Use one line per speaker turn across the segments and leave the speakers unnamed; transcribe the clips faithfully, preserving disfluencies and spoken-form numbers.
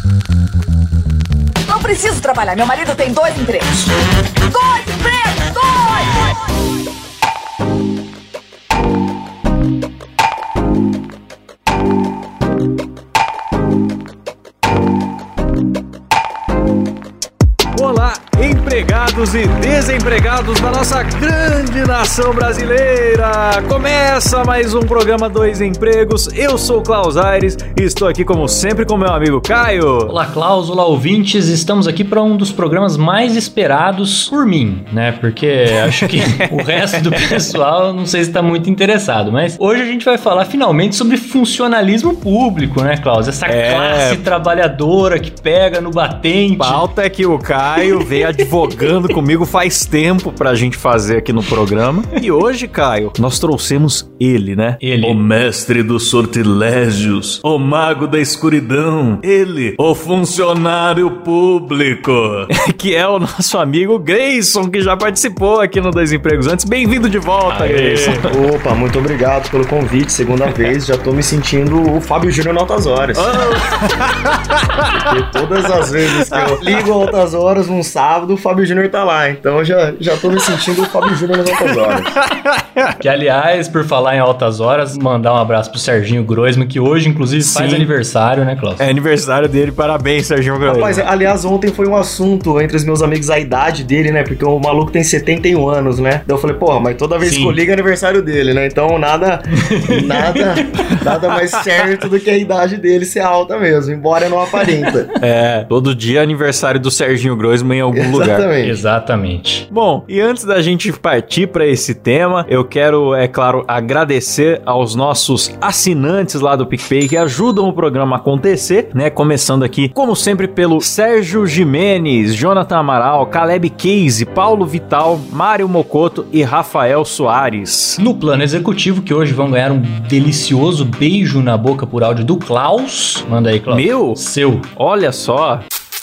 Não preciso trabalhar, meu marido tem dois empregos. Dois empregos! Dois!
Olá, empregados e desempregados da nossa grande nação brasileira! Começa mais um programa Dois Empregos. Eu sou o Klaus Aires e estou aqui como sempre com meu amigo Caio.
Olá, Klaus, olá, ouvintes. Estamos aqui para um dos programas mais esperados por mim, né? Porque acho que o resto do pessoal não sei se está muito interessado, mas hoje a gente vai falar finalmente sobre funcionalismo público, né, Klaus? Essa
é...
classe trabalhadora que pega no batente.
Pauta é que o Caio veio advogando comigo faz tempo pra gente fazer aqui no programa. E hoje, Caio, nós trouxemos ele, né?
Ele.
O mestre dos sortilégios, o mago da escuridão, ele, o funcionário público, que é o nosso amigo Grayson, que já participou aqui no Dois Empregos antes. Bem-vindo de volta,
Aê.
Grayson.
Opa, muito obrigado pelo convite, segunda vez. Já tô me sentindo o Fábio Júnior no Altas Horas.
Oh.
Porque todas as vezes que eu ligo Altas Horas num sábado, o Fábio Júnior tá lá. Então já, já tô me sentindo o Fábio Júnior nas Altas Horas.
Que, aliás, por falar em altas horas, mandar um abraço pro Serginho Groisman, que hoje, inclusive, faz
Sim.
aniversário, né, Klaus?
É aniversário dele, parabéns, Serginho Groisman.
Rapaz, aliás, ontem foi um assunto entre os meus amigos a idade dele, né? Porque o maluco tem setenta e um anos, né? Então eu falei, porra, mas toda vez
Sim.
que eu ligo é aniversário dele, né? Então nada, nada, nada mais certo do que a idade dele ser alta mesmo, embora não aparenta.
É, todo dia é aniversário do Serginho Groisman em algum lugar.
Exatamente.
Exatamente.
Bom, e antes da gente partir para esse tema, eu quero, é claro, agradecer aos nossos assinantes lá do PicPay que ajudam o programa a acontecer, né? Começando aqui, como sempre, pelo Sérgio Jimenez, Jonathan Amaral, Caleb Case, Paulo Vital, Mário Mocoto e Rafael Soares.
No plano executivo, que hoje vão ganhar um delicioso beijo na boca por áudio do Klaus. Manda aí, Klaus.
Meu?
Seu.
Olha só.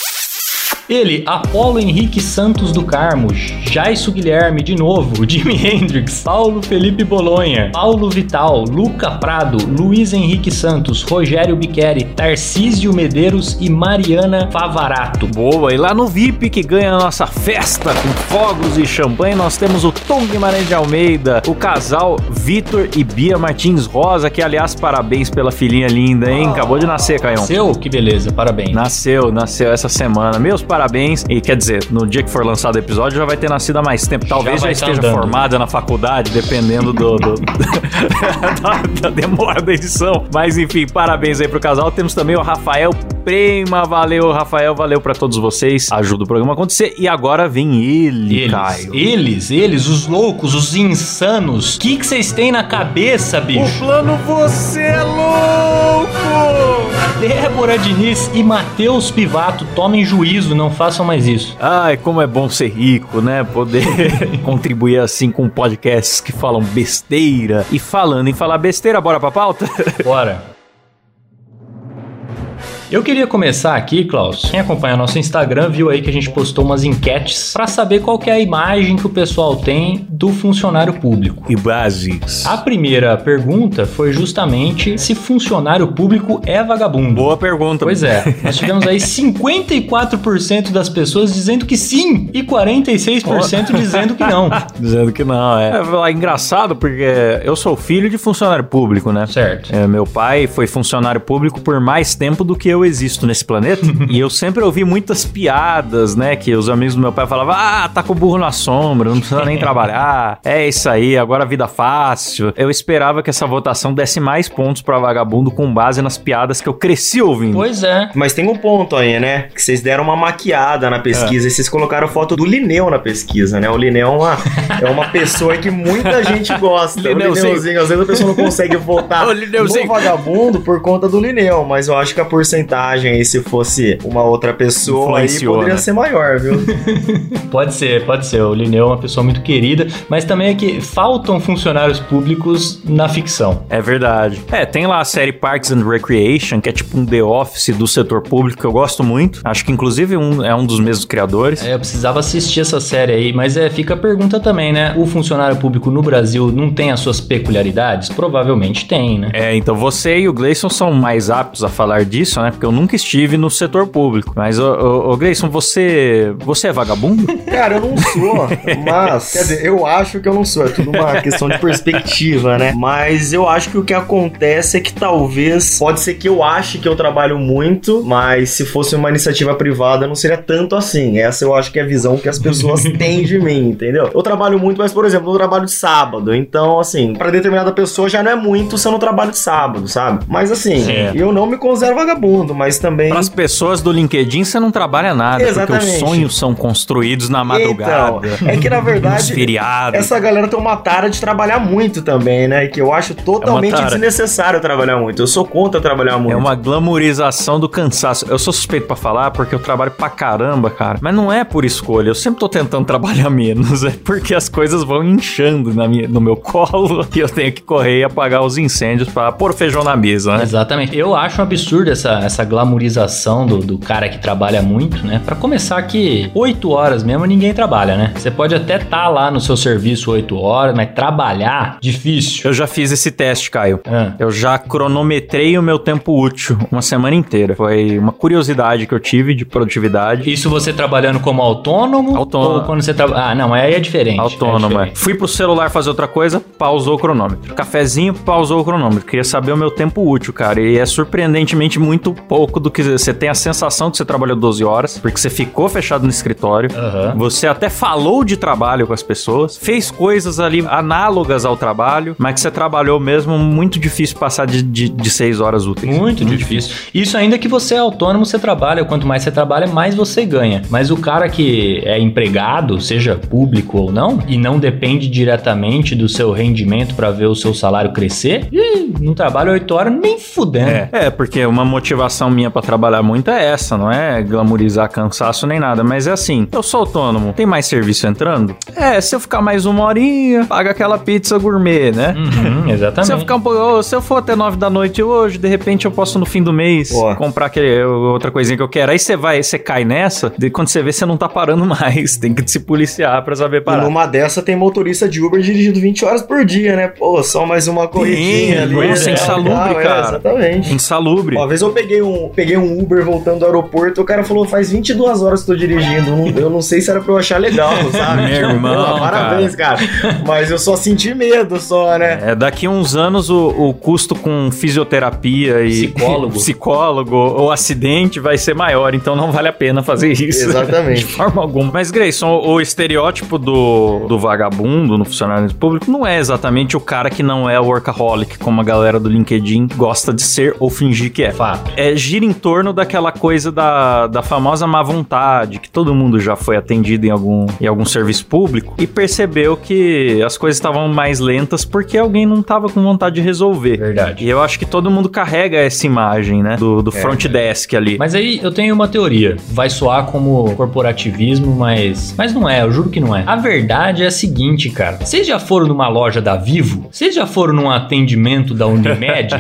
Ele, Apolo Henrique Santos do Carmo, Jaisso Guilherme de novo, Jimi Hendrix, Paulo Felipe Bolonha, Paulo Vital, Luca Prado, Luiz Henrique Santos, Rogério Biqueri, Tarcísio Medeiros e Mariana Favarato.
Boa, e lá no V I P que ganha a nossa festa com fogos e champanhe, nós temos o Tom Guimarães de Almeida, o casal Vitor e Bia Martins Rosa, que aliás, parabéns pela filhinha linda, hein? Acabou de nascer, Caião.
Seu? Que beleza, parabéns.
Nasceu, nasceu essa semana. Meus parabéns. E quer dizer, no dia que for lançado o episódio já vai ter nascido há mais tempo. Talvez já, já esteja tá formada na faculdade, dependendo do, do da, da demora da edição. Mas enfim, parabéns aí pro casal. Temos também o Rafael Prema. Valeu, Rafael. Valeu pra todos vocês. Ajuda o programa a acontecer. E agora vem ele,
eles,
Caio.
Eles, eles, os loucos, os insanos. O que que vocês têm na cabeça, bicho?
O plano Você é Louco!
Débora Diniz e Matheus Pivato, tomem juízo, não façam mais isso.
Ai, como é bom ser rico, né? Poder contribuir assim com podcasts que falam besteira. E falando em falar besteira, bora pra pauta?
Bora. Eu queria começar aqui, Klaus. Quem acompanha nosso Instagram viu aí que a gente postou umas enquetes para saber qual que é a imagem que o pessoal tem do funcionário público.
E bases.
A primeira pergunta foi justamente se funcionário público é vagabundo.
Boa pergunta.
Pois é. Nós tivemos aí cinquenta e quatro por cento das pessoas dizendo que sim e quarenta e seis por cento dizendo que não.
Dizendo que não, é. É engraçado porque eu sou filho de funcionário público, né?
Certo.
É, meu pai foi funcionário público por mais tempo do que eu existo nesse planeta. E eu sempre ouvi muitas piadas, né? Que os amigos do meu pai falavam: ah, tá com o burro na sombra, não precisa nem trabalhar. É isso aí, agora a vida fácil. Eu esperava que essa votação desse mais pontos pra vagabundo com base nas piadas que eu cresci ouvindo.
Pois é.
Mas tem um ponto aí, né? Que vocês deram uma maquiada na pesquisa é. e vocês colocaram foto do Linneu na pesquisa, né? O Linneu é uma, é uma pessoa que muita gente gosta.
Linneu,
o Linneuzinho, às vezes a pessoa não consegue votar no vagabundo por conta do Linneu, mas eu acho que a porcentagem aí, se fosse uma outra pessoa, aí poderia, né, ser maior, viu?
Pode ser, pode ser. O Linneu é uma pessoa muito querida, mas também é que faltam funcionários públicos na ficção.
É verdade. É, tem lá a série Parks and Recreation, que é tipo um The Office do setor público, que eu gosto muito. Acho que inclusive um, é um dos mesmos criadores.
É, eu precisava assistir essa série aí, mas é, fica a pergunta também, né? O funcionário público no Brasil não tem as suas peculiaridades? Provavelmente tem, né?
É, então você e o Gleison são mais aptos a falar disso, né? Porque eu nunca estive no setor público. Mas, ô, ô, ô Grayson, você, você é vagabundo?
Cara, eu não sou, mas, quer dizer, eu acho que eu não sou, é tudo uma questão de perspectiva, né? Mas eu acho que o que acontece é que talvez, pode ser que eu ache que eu trabalho muito, mas se fosse uma iniciativa privada não seria tanto assim. Essa eu acho que é a visão que as pessoas têm de mim, entendeu? Eu trabalho muito, mas, por exemplo, eu trabalho de sábado, então, assim, pra determinada pessoa já não é muito se eu não trabalho de sábado, sabe? Mas, assim, é. eu não me considero vagabundo, mas também...
Para as pessoas do LinkedIn, você não trabalha nada, exatamente, porque os sonhos são construídos na madrugada.
Então, é que, na verdade, essa galera tem uma tara de trabalhar muito também, né? E que eu acho totalmente é desnecessário trabalhar muito. Eu sou contra trabalhar muito.
É uma glamourização do cansaço. Eu sou suspeito pra falar porque eu trabalho pra caramba, cara. Mas não é por escolha. Eu sempre tô tentando trabalhar menos. É porque as coisas vão inchando na minha, no meu colo e eu tenho que correr e apagar os incêndios pra pôr feijão na mesa, né?
Exatamente. Eu acho um absurdo essa, essa glamourização do, do cara que trabalha muito, né? Pra começar que oito horas mesmo ninguém trabalha, né? Você pode até estar tá lá no seu serviço oito horas, mas trabalhar, difícil.
Eu já fiz esse teste, Caio. Ah. Eu já cronometrei o meu tempo útil uma semana inteira. Foi uma curiosidade que eu tive de produtividade.
Isso você trabalhando como autônomo?
Autônomo.
Ou quando você trabalha... Ah, não, aí é diferente.
Autônomo,
é
diferente. é. Fui pro celular fazer outra coisa, pausou o cronômetro. Cafezinho, pausou o cronômetro. Queria saber o meu tempo útil, cara. E é surpreendentemente muito pouco do que você tem a sensação que você trabalhou doze horas, porque você ficou fechado no escritório. Uhum. Você até falou de trabalho com as pessoas, fez coisas ali análogas ao trabalho, mas que você trabalhou mesmo, muito difícil passar de, de, de seis horas úteis.
Muito, muito difícil. difícil. Isso ainda que você é autônomo, você trabalha. Quanto mais você trabalha, mais você ganha. Mas o cara que é empregado, seja público ou não, e não depende diretamente do seu rendimento para ver o seu salário crescer, ih, não trabalha oito horas nem fudendo.
É, é, porque uma motivação minha para trabalhar muito é essa, não é glamourizar cansaço nem nada, mas é assim, eu sou autônomo, tem mais serviço entrando? É, se eu ficar mais uma horinha, paga aquela pizza gourmet, né?
Uhum, exatamente.
Se eu ficar um pouco, se eu for até nove da noite hoje, de repente eu posso no fim do mês Pô. comprar aquele, outra coisinha que eu quero. Aí você vai, você cai nessa, de quando você vê, você não tá parando mais, tem que se policiar pra saber parar.
E numa dessa tem motorista de Uber dirigindo vinte horas por dia, né? Pô, só mais uma corridinha
Sim,
ali.
Nossa, é insalubre, ah, cara.
É, exatamente.
Insalubre.
Uma vez eu peguei um, peguei um Uber voltando do aeroporto, o cara falou, faz vinte e duas horas que tô dirigindo, eu não, eu não sei se era pra eu achar legal, sabe?
Meu irmão,
Pô, parabéns, cara. cara. Mas eu só senti medo só, né?
É, daqui uns anos o, o custo com fisioterapia e
psicólogo.
psicólogo ou acidente vai ser maior, então não vale a pena fazer isso.
Exatamente.
De forma alguma. Mas, Grayson, o, o estereótipo do, do vagabundo no funcionário público não é exatamente o cara que não é workaholic, como a galera do LinkedIn gosta de ser ou fingir que é.
Fato.
É, gira em torno daquela coisa da, da famosa má vontade, que todo mundo já foi atendido em algum, em algum serviço público e percebeu que as coisas estavam mais lentas porque alguém não estava com vontade de resolver.
Verdade.
E eu acho que todo mundo carrega essa imagem, né? Do, do é, front desk ali.
Mas aí eu tenho uma teoria. Vai soar como corporativismo, mas, mas não é, eu juro que não é. A verdade é a seguinte, cara. Vocês já foram numa loja da Vivo? Vocês já foram num atendimento da Unimed?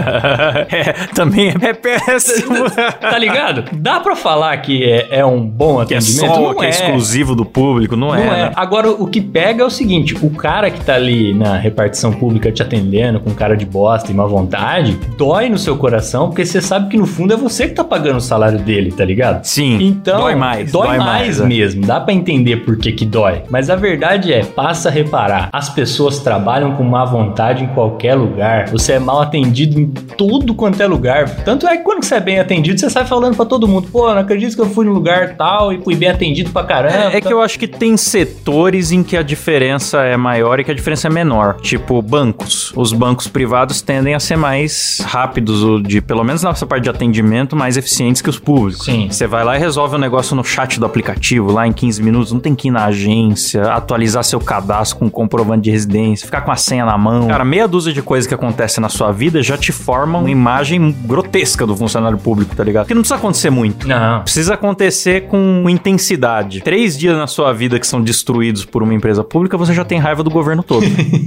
é, também é péssimo.
Tá ligado? Dá pra falar que é, é um bom atendimento?
Que é só,
não
que
é.
é exclusivo do público, não, não é.
Não é.
Né?
Agora, o que pega é o seguinte, o cara que tá ali na repartição pública te atendendo com cara de bosta e má vontade, dói no seu coração, porque você sabe que no fundo é você que tá pagando o salário dele, tá ligado?
Sim,
então,
dói mais.
Dói,
dói
mais, mais mesmo, dá pra entender por que que dói. Mas a verdade é, passa a reparar, as pessoas trabalham com má vontade em qualquer lugar, você é mal atendido em tudo quanto é lugar. Tanto é que quando você é bem atendido, você sai falando pra todo mundo, pô, não acredito que eu fui num lugar tal e fui bem atendido pra caramba.
É, é que eu acho que tem setores em que a diferença é maior e que a diferença é menor. Tipo, bancos. Os bancos privados tendem a ser mais rápidos, de, pelo menos nessa parte de atendimento, mais eficientes que os públicos.
Sim.
Você vai lá e resolve um negócio no chat do aplicativo, lá em quinze minutos, não tem que ir na agência, atualizar seu cadastro com comprovante de residência, ficar com a senha na mão. Cara, meia dúzia de coisas que acontecem na sua vida já te formam uma imagem grotesca do funcionário público, tá ligado? Porque não precisa acontecer muito.
Não.
Precisa acontecer com intensidade. Três dias na sua vida que são destruídos por uma empresa pública, você já tem raiva do governo todo.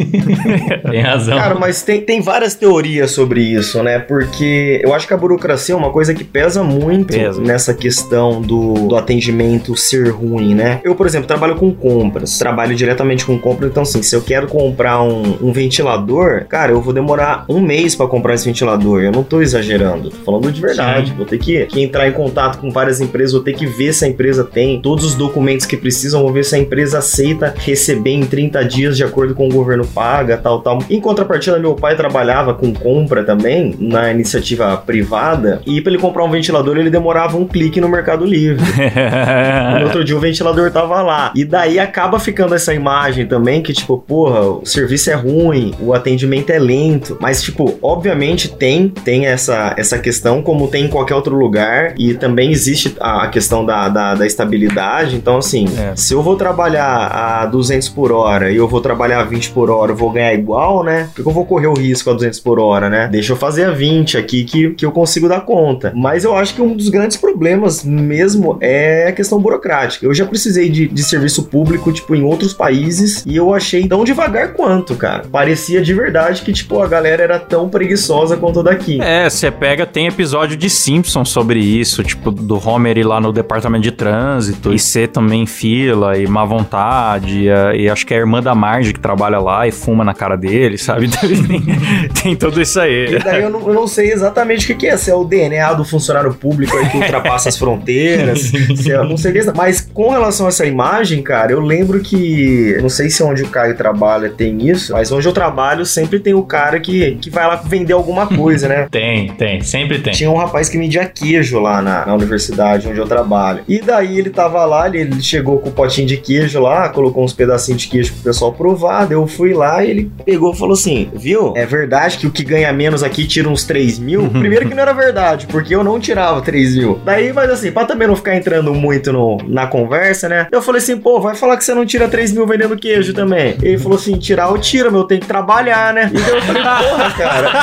Tem razão.
Cara, mas tem, tem várias teorias sobre isso, né? Porque eu acho que a burocracia é uma coisa que pesa muito pesa. nessa questão do, do atendimento ser ruim, né? Eu, por exemplo, trabalho com compras. Trabalho diretamente com compras. Então, assim, se eu quero comprar um, um ventilador, cara, eu vou demorar um mês pra comprar esse ventilador. Eu não tô exagerando. Tô falando falando de verdade. Sim. Vou ter que, que entrar em contato com várias empresas, vou ter que ver se a empresa tem todos os documentos que precisam, vou ver se a empresa aceita receber em trinta dias de acordo com o governo paga, tal, tal. Em contrapartida, meu pai trabalhava com compra também, na iniciativa privada, e para ele comprar um ventilador, ele demorava um clique no Mercado Livre. No outro dia o ventilador tava lá. E daí acaba ficando essa imagem também que, tipo, porra, o serviço é ruim, o atendimento é lento, mas, tipo, obviamente tem, tem essa, essa questão, como tem em qualquer outro lugar, e também existe a questão da, da, da estabilidade. Então, assim, é. se eu vou trabalhar a duzentos por hora e eu vou trabalhar a vinte por hora, eu vou ganhar igual, né? Porque eu vou correr o risco a duzentos por hora, né? Deixa eu fazer a vinte aqui que, que eu consigo dar conta. Mas eu acho que um dos grandes problemas mesmo é a questão burocrática. Eu já precisei de, de serviço público, tipo, em outros países, e eu achei tão devagar quanto, cara. Parecia de verdade que, tipo, a galera era tão preguiçosa quanto daqui.
É, você pega, tem episódio de Simpsons sobre isso, tipo, do Homer ir lá no departamento de trânsito e ser também fila e má vontade, e, e acho que é a irmã da Marge que trabalha lá e fuma na cara dele, sabe? tem, tem tudo isso aí.
E daí eu não, eu não sei exatamente o que, que é, se é o D N A do funcionário público aí que ultrapassa as fronteiras, se é, eu não sei o que é, mas com relação a essa imagem, cara, eu lembro que, não sei se onde o Caio trabalha tem isso, mas onde eu trabalho sempre tem o cara que, que vai lá vender alguma coisa, né?
Tem, tem, sempre tem.
Tinha um rapaz que vendia queijo lá na, na universidade onde eu trabalho. E daí ele tava lá, ele, ele chegou com o potinho de queijo lá, colocou uns pedacinhos de queijo pro pessoal provar, daí eu fui lá e ele pegou e falou assim, viu? É verdade que o que ganha menos aqui tira uns três mil? Primeiro que não era verdade, porque eu não tirava três mil. Daí, mas assim, pra também não ficar entrando muito no, na conversa, né? Eu falei assim, pô, vai falar que você não tira três mil vendendo queijo também. Ele falou assim, tirar eu tiro, meu, eu tenho que trabalhar, né? E daí eu falei, porra,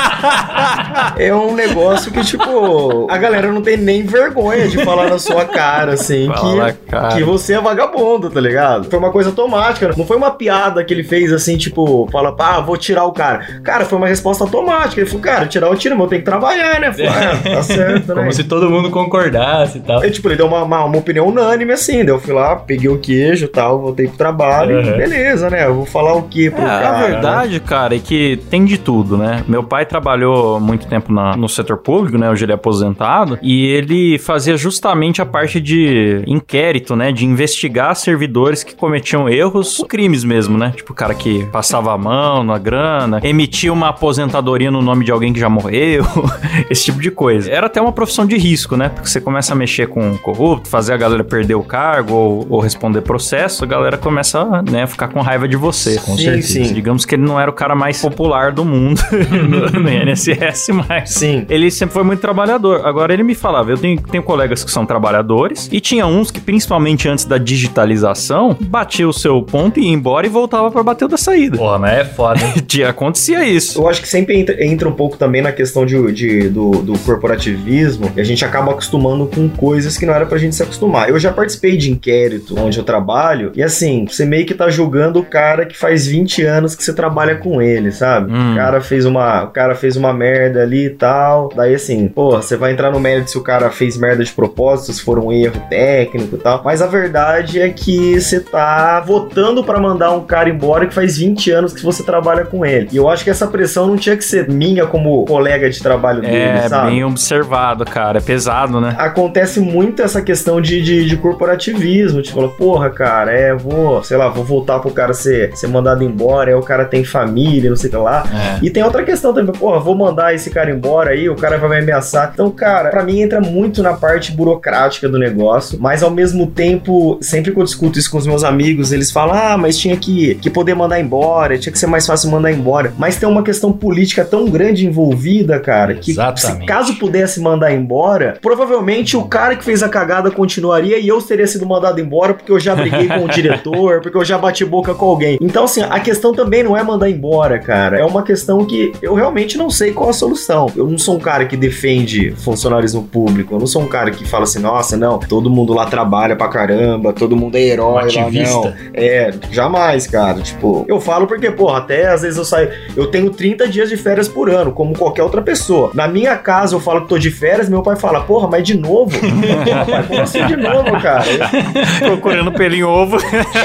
cara. É um negócio que, tipo, a galera não tem nem vergonha de falar na sua cara, assim,
Fala,
que,
cara.
que você é vagabundo, tá ligado? Foi uma coisa automática, não foi uma piada que ele fez, assim, tipo, fala, ah, vou tirar o cara. Cara, foi uma resposta automática. Ele falou, cara, tirar eu tiro, mas eu tenho que trabalhar, né? Falei, ah, tá certo, né?
Como se todo mundo concordasse e tal.
E, tipo, ele deu uma, uma, uma opinião unânime, assim, daí eu fui lá, peguei o queijo e tal, voltei pro trabalho, uhum. e beleza, né? Eu vou falar o quê pro
é,
cara?
A verdade, né? Cara, é que tem de tudo, né? Meu pai trabalhou muito tempo na, no setor público, né? Hoje ele é aposentado, e ele fazia justamente a parte de inquérito, né? De investigar servidores que cometiam erros, crimes mesmo, né? Tipo, o cara que passava a mão na grana, emitia uma aposentadoria no nome de alguém que já morreu, esse tipo de coisa. Era até uma profissão de risco, né? Porque você começa a mexer com corrupto, fazer a galera perder o cargo ou, ou responder processo, a galera começa, né, a ficar com raiva de você.
Com sim, certeza. Sim.
Digamos que ele não era o cara mais popular do mundo no, no I N S S, mas
sim.
Ele sempre foi muito trabalhador. Agora, ele me falava, eu tenho, tenho colegas que são trabalhadores e tinha uns que, principalmente antes da digitalização, batia o seu ponto e ia embora e voltava pra bater o da saída.
Porra, mas é foda, hein?
Acontecia isso.
Eu acho que sempre entra, entra um pouco também na questão de, de, do, do corporativismo, e a gente acaba acostumando com coisas que não era pra gente se acostumar. Eu já participei de inquérito onde eu trabalho, e assim, você meio que tá julgando o cara que faz vinte anos que você trabalha com ele, sabe? Hum. O cara fez uma, o cara fez uma merda ali e tal, daí assim, pô, você vai entrar no mérito se o cara fez merda de propósito, se for um erro técnico e tal, mas a verdade é que você tá votando pra mandar um cara embora que faz vinte anos que você trabalha com ele. E eu acho que essa pressão não tinha que ser minha como colega de trabalho dele,
é,
sabe?
É, bem observado, cara. É pesado, né?
Acontece muito essa questão de, de, de corporativismo. Tipo, porra, cara, é, vou, sei lá, vou voltar pro cara ser, ser mandado embora, aí o cara tem família, não sei o que lá. É. E tem outra questão também, porra, vou mandar esse cara embora aí, o cara vai me ameaçar. Então, cara, pra mim entra muito na parte burocrática do negócio, mas ao mesmo tempo, sempre que eu discuto isso com os meus amigos, eles falam, ah, mas tinha que, que poder mandar embora, tinha que ser mais fácil mandar embora. Mas tem uma questão política tão grande envolvida, cara, que se caso pudesse mandar embora, provavelmente o cara que fez a cagada continuaria e eu teria sido mandado embora porque eu já briguei com o diretor, porque eu já bati boca com alguém. Então, assim, a questão também não é mandar embora, cara. É uma questão que eu realmente não sei qual a solução. Eu não sou um cara que defende funcionarismo público. Eu não sou um cara que fala assim, nossa, não, todo mundo lá trabalha pra caramba, todo mundo é herói um lá, não. É, jamais, cara. Tipo, eu falo porque, porra, até às vezes eu saio, eu tenho trinta dias de férias por ano, como qualquer outra pessoa. Na minha casa eu falo que tô de férias, meu pai fala, porra, mas de novo? Porra, pai, como assim de novo, cara?
Procurando pelo em ovo.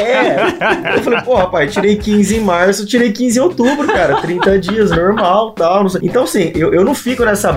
É. Eu falei, porra, pai, tirei quinze em março, tirei quinze em outubro, cara. trinta dias, normal, tal. Não sei. Então, assim, eu, eu não fico nessa briga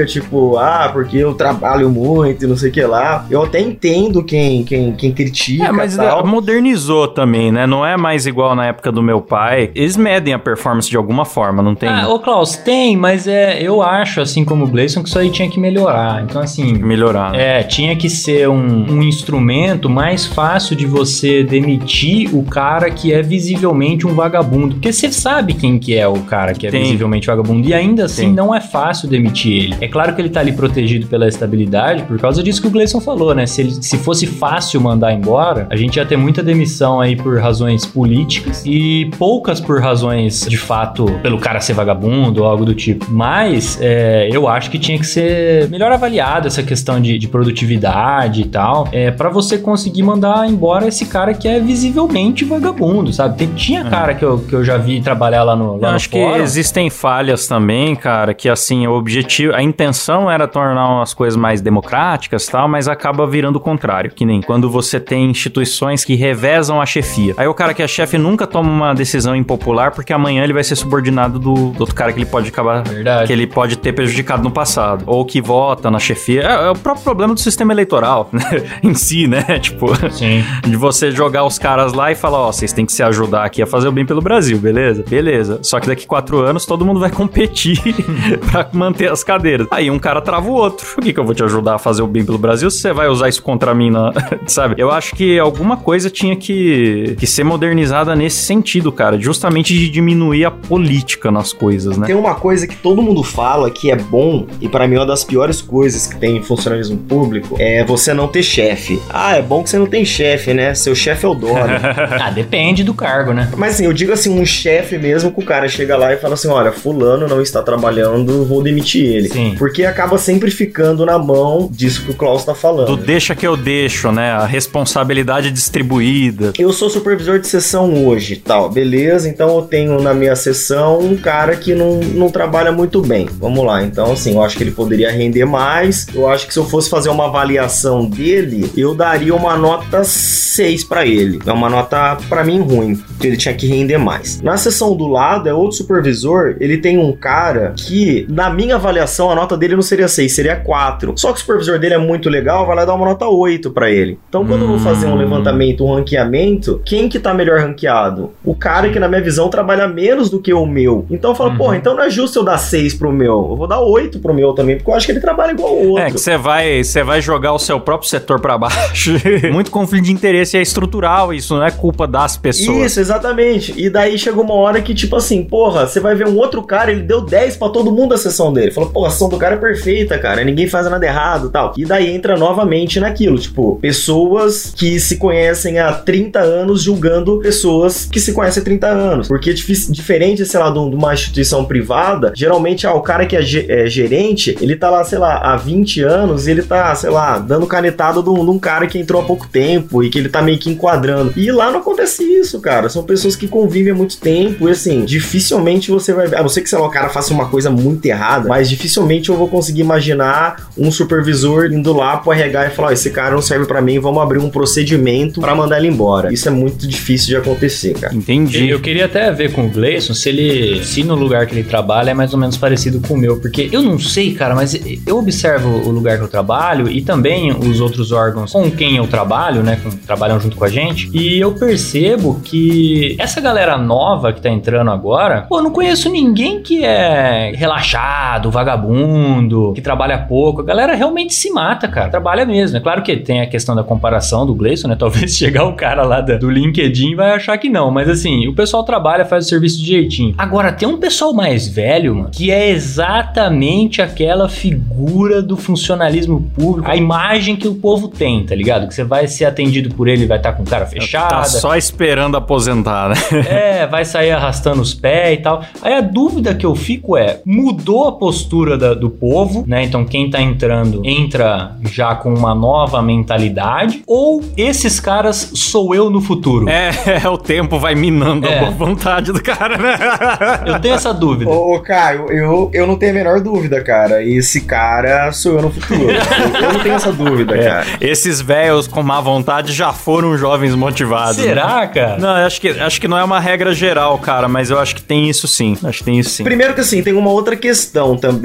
tipo, ah, porque eu trabalho muito e não sei o que lá. Eu até entendo quem, quem, quem critica.
É, mas
tal.
modernizou também, né? Não é mais igual na época do meu pai. Eles medem a performance de alguma forma, não tem?
Ah, ô Klaus, tem, mas é, eu acho, assim como o Gleison, que isso aí tinha que melhorar. Então, assim...
Melhorar. Né?
É, tinha que ser um, um instrumento mais fácil de você demitir o cara que é visivelmente um vagabundo. Porque você sabe quem que é o cara que é tem. visivelmente vagabundo. E ainda assim, tem. não é fácil demitir ele. É claro que ele tá ali protegido pela estabilidade, por causa disso que o Gleison falou, né? Se, ele, se fosse fácil mandar embora, a gente ia ter muita demissão aí por razões políticas e poucas por razões, de fato, pelo cara ser vagabundo ou algo do tipo. Mas, é, eu acho que tinha que ser melhor avaliado essa questão de, de produtividade e tal, é, pra você conseguir mandar embora esse cara que é visivelmente vagabundo, sabe? Tem, tinha cara que eu, que eu já vi trabalhar lá no lá
Eu
no
acho
fórum.
que existem falhas também, cara, que assim, o objetivo, a intenção era tornar as coisas mais democráticas e tal, mas acaba virando o contrário, que nem quando você tem instituições que revezam a chefia. Aí o cara que é chefe nunca toma uma decisão impopular porque amanhã ele vai ser subordinado do, do outro cara que ele pode acabar,
Verdade.
que ele pode ter prejudicado no passado, ou que vota na chefia. É, é o próprio problema do sistema eleitoral, né? Em si, né? Tipo,
Sim.
de você jogar os caras lá e falar, ó, oh, vocês têm que se ajudar aqui a fazer o bem pelo Brasil, beleza? Beleza. Só que daqui quatro anos todo mundo vai competir pra manter as cadeiras. Aí um cara trava o outro. Por que que eu vou te ajudar a fazer o bem pelo Brasil se você vai usar isso contra mim, na... sabe? Eu acho que alguma coisa tinha que, que ser modernizada nesse sentido, cara. Justamente de diminuir a política nas coisas, né?
Tem uma coisa que todo mundo fala que é bom, e pra mim é uma das piores coisas que tem em funcionalismo público, é você não ter chefe. Ah, é bom que você não tem chefe, né? Seu chefe é o dono.
Ah, depende do cargo, né?
Mas assim, eu digo assim, um chefe mesmo, que o cara chega lá e fala assim, olha, fulano não está trabalhando, vou demitir ele.
Sim.
Porque acaba sempre ficando na mão disso que o Klaus tá falando.
Do deixa que eu deixo, né? A responsabilidade distribuída.
Eu sou supervisor de sessão hoje, tal, beleza? Então eu tenho na minha sessão um cara que não, não trabalha muito bem. Vamos lá, então assim, eu acho que ele poderia render mais. Eu acho que se eu fosse fazer uma avaliação dele, eu daria uma nota seis pra ele. É uma nota, pra mim, ruim, porque ele tinha que render mais. Na sessão do lado, é outro supervisor, ele tem um cara que, na minha avaliação, a nota dele não seria seis, seria quatro. Só que o supervisor dele é muito legal, vai lá dar uma nota oito pra ele. Então, quando hum. eu vou fazer um levantamento, um ranqueamento, quem que tá melhor ranqueado? O cara que, na minha visão, trabalha menos do que o meu. Então, eu falo, uhum. porra, então não é justo eu dar seis pro meu. Eu vou dar oito pro meu também, porque eu acho que ele trabalha igual ao outro.
É, que você vai, você vai jogar o seu próprio setor pra baixo. Muito conflito de interesse é estrutural, isso não é culpa das pessoas.
Isso, exatamente. E daí chegou uma hora que, tipo assim, porra, você vai ver um outro cara, ele deu dez pra todo mundo a sessão dele. Falou, porra, a sessão do cara é perfeita, cara, ninguém faz nada errado e tal. E daí entra novamente naquilo, tipo, pessoas que se conhecem há trinta anos julgando pessoas que se conhecem há trinta anos. Porque diferente, sei lá, de uma instituição privada, geralmente, ah, o cara que é, ge- é gerente, ele tá lá, sei lá, há vinte anos e ele tá, sei lá, dando canetada de um, de um cara que entrou há pouco tempo e que ele tá meio que enquadrando. E lá não acontece isso, cara. São pessoas que convivem há muito tempo e, assim, dificilmente você vai ver, a não ser que, sei lá, o cara faça uma coisa muito errada, mas dificilmente eu vou conseguir imaginar um supervisor indo lá pro R H e falar, ó, esse cara não serve pra mim, vamos abrir um procedimento pra mandar ele embora. Isso é muito difícil de acontecer, cara.
Entendi.
Eu queria até ver com o Gleison se ele, se no lugar que ele trabalha é mais ou menos parecido com o meu, porque eu não sei, cara, mas eu observo o lugar que eu trabalho e também os outros órgãos com quem eu trabalho, né, que trabalham junto com a gente, e eu percebo que essa galera nova que tá entrando agora, pô, eu não conheço ninguém que é relaxado, vagabundo, que trabalha pouco. A galera realmente se mata, cara. Trabalha mesmo. É claro que tem a questão da comparação do Gleison, né? Talvez chegar o cara lá do LinkedIn vai achar que não, mas assim, o pessoal trabalha, faz o serviço de jeitinho. Agora, tem um pessoal mais velho, mano, que é exatamente aquela figura do funcionalismo público, a imagem que o povo tem, tá ligado? Que você vai ser atendido por ele, vai estar com cara fechada.
Tá só esperando aposentar, né?
É, vai sair arrastando os pés e tal. Aí a dúvida que eu fico é, mudou a postura da, do povo, né? Então quem tá entrando, entra já com uma nova mentalidade, ou esses caras sou eu no futuro?
É, é o tempo vai minando
É.
a boa vontade do cara, né?
Eu tenho essa dúvida.
Ô, ô, Caio, eu, eu não tenho a menor dúvida, cara. Esse cara sou eu no futuro. eu, eu não tenho essa dúvida,
É,
cara.
esses velhos com má vontade já foram jovens motivados.
Será,
né?
cara?
Não, eu acho que, acho que não é uma regra geral, cara, mas eu acho que tem isso sim. Acho que tem isso sim.
Primeiro que assim, tem uma outra questão também, que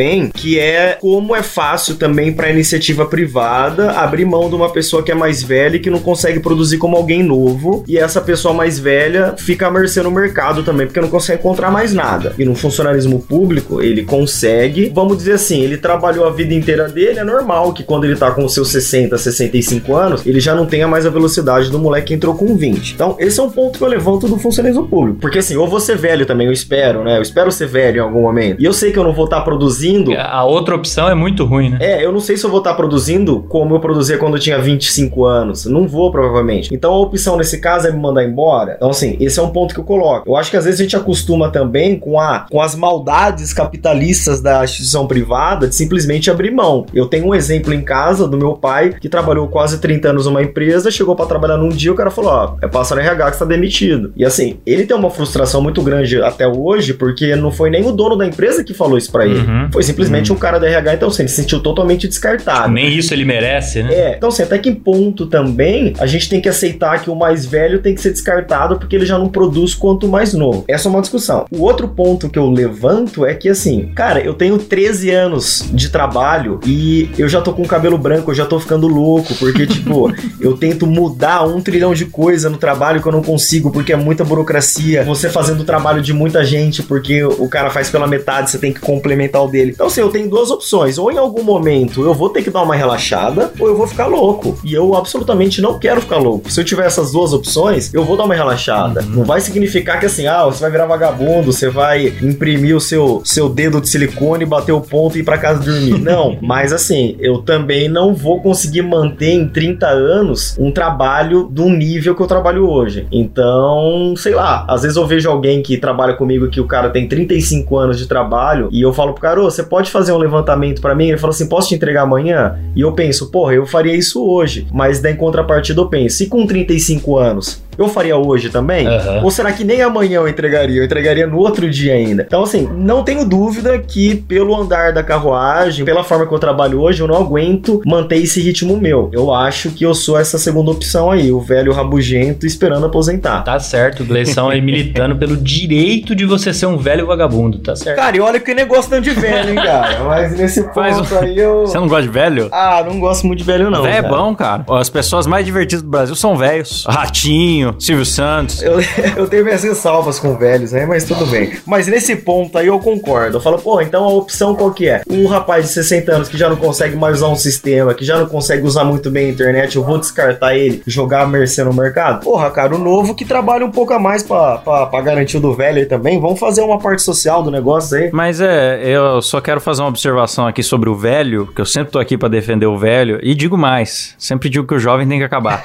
que é como é fácil também pra iniciativa privada abrir mão de uma pessoa que é mais velha e que não consegue produzir como alguém novo, e essa pessoa mais velha fica à mercê no mercado também, porque não consegue encontrar mais nada. E no funcionalismo público, ele consegue, vamos dizer assim, ele trabalhou a vida inteira dele, é normal que quando ele tá com os seus sessenta, sessenta e cinco anos, ele já não tenha mais a velocidade do moleque que entrou com vinte. Então, esse é um ponto que eu levanto do funcionalismo público. Porque assim, eu vou ser velho também, eu espero, né? Eu espero ser velho em algum momento. E eu sei que eu não vou estar produzindo...
A outra opção é muito ruim, né?
É, eu não sei se eu vou estar produzindo como eu produzia quando eu tinha vinte e cinco anos. Não vou, provavelmente. Então, a opção nesse caso é me mandar embora. Então, assim, esse é um ponto que eu coloco. Eu acho que às vezes a gente acostuma também com, a, com as maldades capitalistas da instituição privada de simplesmente abrir mão. Eu tenho um exemplo em casa do meu pai, que trabalhou quase trinta anos numa empresa, chegou pra trabalhar num dia, o cara falou, ó, é passa no R H que você tá demitido. E assim, ele tem uma frustração muito grande até hoje, porque não foi nem o dono da empresa que falou isso pra ele. Uhum. Foi simplesmente uhum. um cara da R H, então assim, ele se sentiu totalmente descartado.
Nem isso ele merece, né?
É, então assim, até que ponto também a gente tem que aceitar que o mais velho tem que ser descartado porque ele já não produz quanto mais novo. Essa é uma discussão. O outro ponto que eu levanto é que assim, cara, eu tenho treze anos de trabalho e eu já tô com o cabelo branco, eu já tô ficando louco, porque tipo, eu tento mudar um trilhão de coisa no trabalho que eu não consigo, porque é muita burocracia, você fazendo o trabalho de muita gente, porque o cara faz pela metade, você tem que complementar o dele. Então assim, eu tenho duas opções, ou em algum momento eu vou ter que dar uma relaxada, ou eu vou ficar louco, e eu absolutamente não quero ficar louco. Se eu tiver essas duas opções, eu vou dar uma relaxada. Uhum. Não vai significar que assim, ah, você vai virar vagabundo, você vai imprimir o seu, seu dedo de silicone, bater o ponto e ir pra casa dormir. Não, mas assim, eu também não vou conseguir manter em trinta anos um trabalho do nível que eu trabalho hoje. Então, sei lá, às vezes eu vejo alguém que trabalha comigo que o cara tem trinta e cinco anos de trabalho e eu falo pro cara, ô, você pode fazer um levantamento pra mim? Ele fala assim, posso te entregar amanhã? E eu penso, porra, eu faria isso hoje, mas daí em contrapartida eu penso, e com trinta e cinco anos? Eu faria hoje também? Uhum. Ou será que nem amanhã eu entregaria? Eu entregaria no outro dia ainda. Então, assim, não tenho dúvida que pelo andar da carruagem, pela forma que eu trabalho hoje, eu não aguento manter esse ritmo meu. Eu acho que eu sou essa segunda opção aí, o velho rabugento esperando aposentar.
Tá certo, o Gleison aí militando pelo direito de você ser um velho vagabundo, tá certo.
Cara, e olha que negócio não de velho, hein, cara? Mas nesse ponto Faz... aí eu...
Você não gosta de velho?
Ah, não gosto muito de velho não.
Velho é bom, cara. As pessoas mais divertidas do Brasil são velhos. Ratinho, Silvio Santos.
Eu, eu tenho minhas ressalvas com velhos, né? Mas tudo bem. Mas nesse ponto aí eu concordo. Eu falo, pô, então a opção qual que é? O rapaz de sessenta anos que já não consegue mais usar um sistema, que já não consegue usar muito bem a internet, eu vou descartar ele, jogar a mercê no mercado? Porra, cara, o novo que trabalha um pouco a mais pra, pra, pra garantir o do velho aí também, vamos fazer uma parte social do negócio aí.
Mas é, eu só quero fazer uma observação aqui sobre o velho, que eu sempre tô aqui pra defender o velho, e digo mais, sempre digo que o jovem tem que acabar.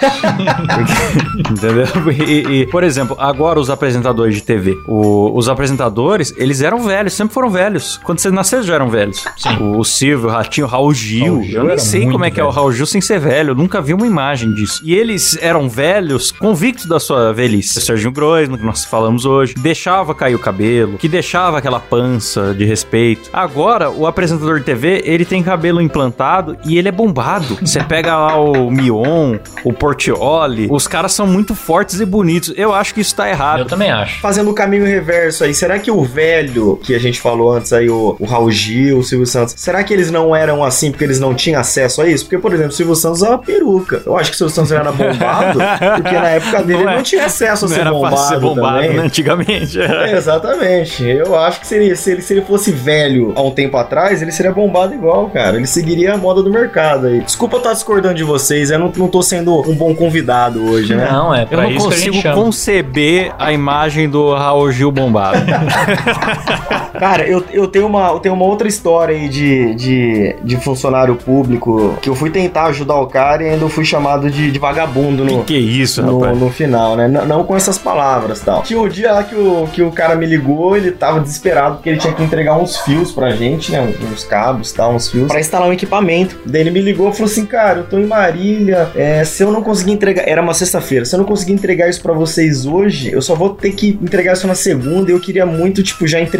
Porque, entendeu? E, e, por exemplo, agora os apresentadores de T V, o, os apresentadores, eles eram velhos, sempre foram velhos. Quando vocês nasceram já eram velhos. Sim. O, o Silvio, o Ratinho, o Raul Gil. Raul Gil eu nem sei como é que velho. É o Raul Gil sem ser velho. Eu nunca vi uma imagem disso. E eles eram velhos, convictos da sua velhice. O Serginho Groisman, que nós falamos hoje, deixava cair o cabelo, que deixava aquela pança de respeito. Agora, o apresentador de T V, ele tem cabelo implantado e ele é bombado. Você pega lá o Mion, o Portiolli, os caras são muito fortes e bonitos. Eu acho que isso tá errado.
Eu também acho.
Fazendo o caminho reverso aí, será que o velho, que a gente falou antes aí, o, o Raul Gil, o Silvio Santos, será que eles não eram assim porque eles não tinham acesso a isso? Porque, por exemplo, o Silvio Santos usava peruca. Eu acho que o Silvio Santos era bombado porque na época dele não, é, não tinha acesso a ser não bombado, ser bombado também.
Né, antigamente.
É, exatamente. Eu acho que seria, se, ele, se ele fosse velho há um tempo atrás, ele seria bombado igual, cara. Ele seguiria a moda do mercado aí. Desculpa eu estar discordando de vocês, eu não, não tô sendo um bom convidado hoje, né?
Não, é pra
eu não
isso
consigo
que a gente
conceber a imagem do Raul Gil bombado.
Cara, eu, eu, tenho uma, eu tenho uma outra história aí de, de, de funcionário público que eu fui tentar ajudar o cara e ainda fui chamado de, de vagabundo no,
que, que isso,
no,
rapaz?
No final, né? Não, não com essas palavras e tal. Tinha um dia lá que o, que o cara me ligou, ele tava desesperado porque ele tinha que entregar uns fios pra gente, né? Uns cabos e tal, uns fios, pra instalar um equipamento. Daí ele me ligou e falou assim, cara, eu tô em Marília, é, se eu não conseguir entregar... Era uma sexta-feira. Se eu não conseguir entregar isso pra vocês hoje, eu só vou ter que entregar isso na segunda e eu queria muito, tipo, já entregar pra